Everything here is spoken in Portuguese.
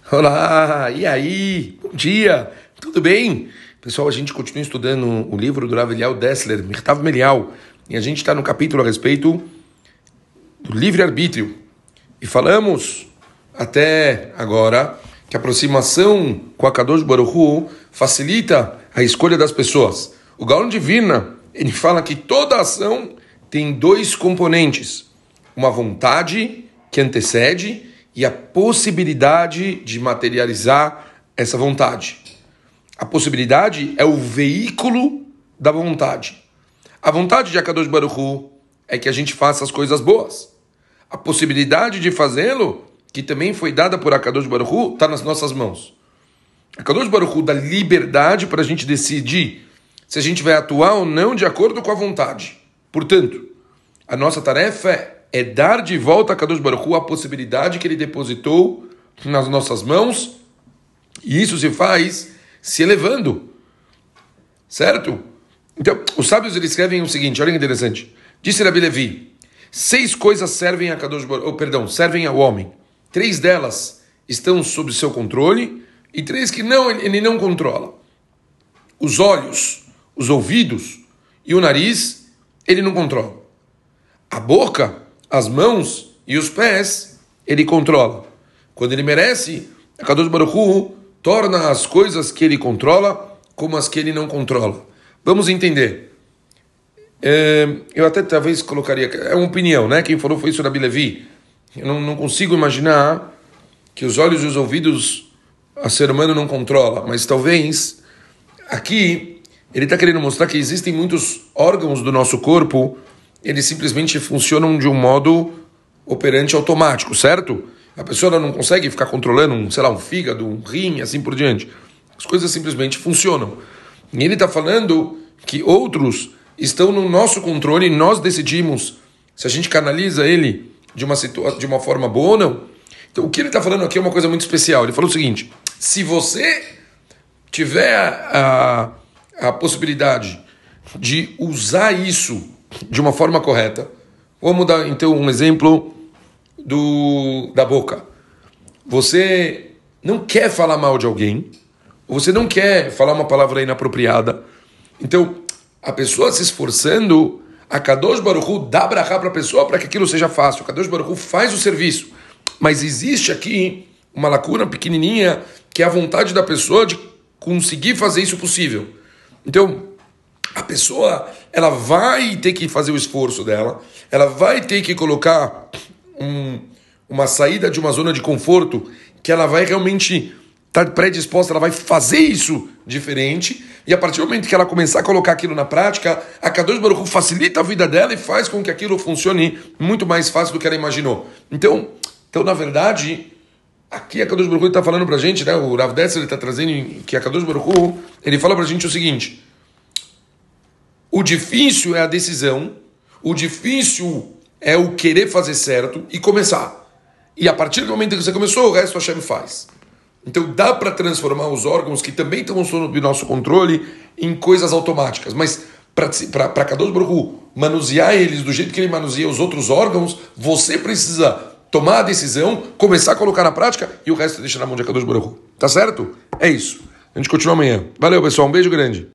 Olá, e aí? Bom dia, tudo bem? Pessoal, a gente continua estudando o livro do Rav Eliyahu Dessler, Mirtav Melial, e a gente está no capítulo a respeito do livre-arbítrio. E falamos até agora que a aproximação com a Kadosh Baruch Hu facilita a escolha das pessoas. O Gaon de Vilna, ele fala que toda ação tem dois componentes: uma vontade que antecede e a possibilidade de materializar essa vontade. A possibilidade é o veículo da vontade. A vontade de Akadosh Baruch Hu é que a gente faça as coisas boas. A possibilidade de fazê-lo, que também foi dada por Akadosh Baruch Hu, está nas nossas mãos. Akadosh Baruch Hu dá liberdade para a gente decidir se a gente vai atuar ou não de acordo com a vontade. Portanto, a nossa tarefa é dar de volta a Kadosh Baruch Hu a possibilidade que ele depositou nas nossas mãos, e isso se faz se elevando, certo? Então, os sábios eles escrevem o seguinte, olha que interessante. Disse Rabi Levi: 6 coisas servem a Kadosh Baruch Hu, servem ao homem. 3 delas estão sob seu controle e 3 que ele não controla. Os olhos, os ouvidos e o nariz, ele não controla. A boca, as mãos e os pés, ele controla. Quando ele merece, a Kadosh Baruch Hu torna as coisas que ele controla como as que ele não controla. Vamos entender. Eu até talvez colocaria, é uma opinião, né? Quem falou foi isso, Rabi Levi. Eu não consigo imaginar que os olhos e os ouvidos o ser humano não controla, mas talvez aqui ele está querendo mostrar que existem muitos órgãos do nosso corpo, eles simplesmente funcionam de um modo operante automático, certo? A pessoa não consegue ficar controlando, um fígado, um rim, assim por diante. As coisas simplesmente funcionam. E ele está falando que outros estão no nosso controle e nós decidimos se a gente canaliza ele de uma forma boa ou não. Então, o que ele está falando aqui é uma coisa muito especial. Ele falou o seguinte: se você tiver a possibilidade de usar isso de uma forma correta, vamos dar então um exemplo da boca. Você não quer falar mal de alguém, ou você não quer falar uma palavra inapropriada. Então, a pessoa se esforçando, a Kadosh Baruch Hu dá brachá para a pessoa para que aquilo seja fácil. A Kadosh Baruch Hu faz o serviço. Mas existe aqui uma lacuna pequenininha, que é a vontade da pessoa de conseguir fazer isso possível. Então, a pessoa, ela vai ter que fazer o esforço dela, ela vai ter que colocar uma saída de uma zona de conforto, que ela vai realmente estar predisposta, ela vai fazer isso diferente, e a partir do momento que ela começar a colocar aquilo na prática, a Kadosh Baruch Hu facilita a vida dela e faz com que aquilo funcione muito mais fácil do que ela imaginou. Então na verdade, aqui a Kadosh Baruch Hu está falando pra gente, né? O Rav Dessler está trazendo que a Kadosh Baruch Hu, ele fala pra gente o seguinte: o difícil é a decisão, o difícil é o querer fazer certo e começar. E a partir do momento que você começou, o resto a Hashem faz. Então dá para transformar os órgãos que também estão sob nosso controle em coisas automáticas. Mas para Kadosh Baruch Hu manusear eles do jeito que ele manuseia os outros órgãos, você precisa tomar a decisão, começar a colocar na prática e o resto deixa na mão de Kadosh Baruch Hu. Tá certo? É isso. A gente continua amanhã. Valeu, pessoal. Um beijo grande.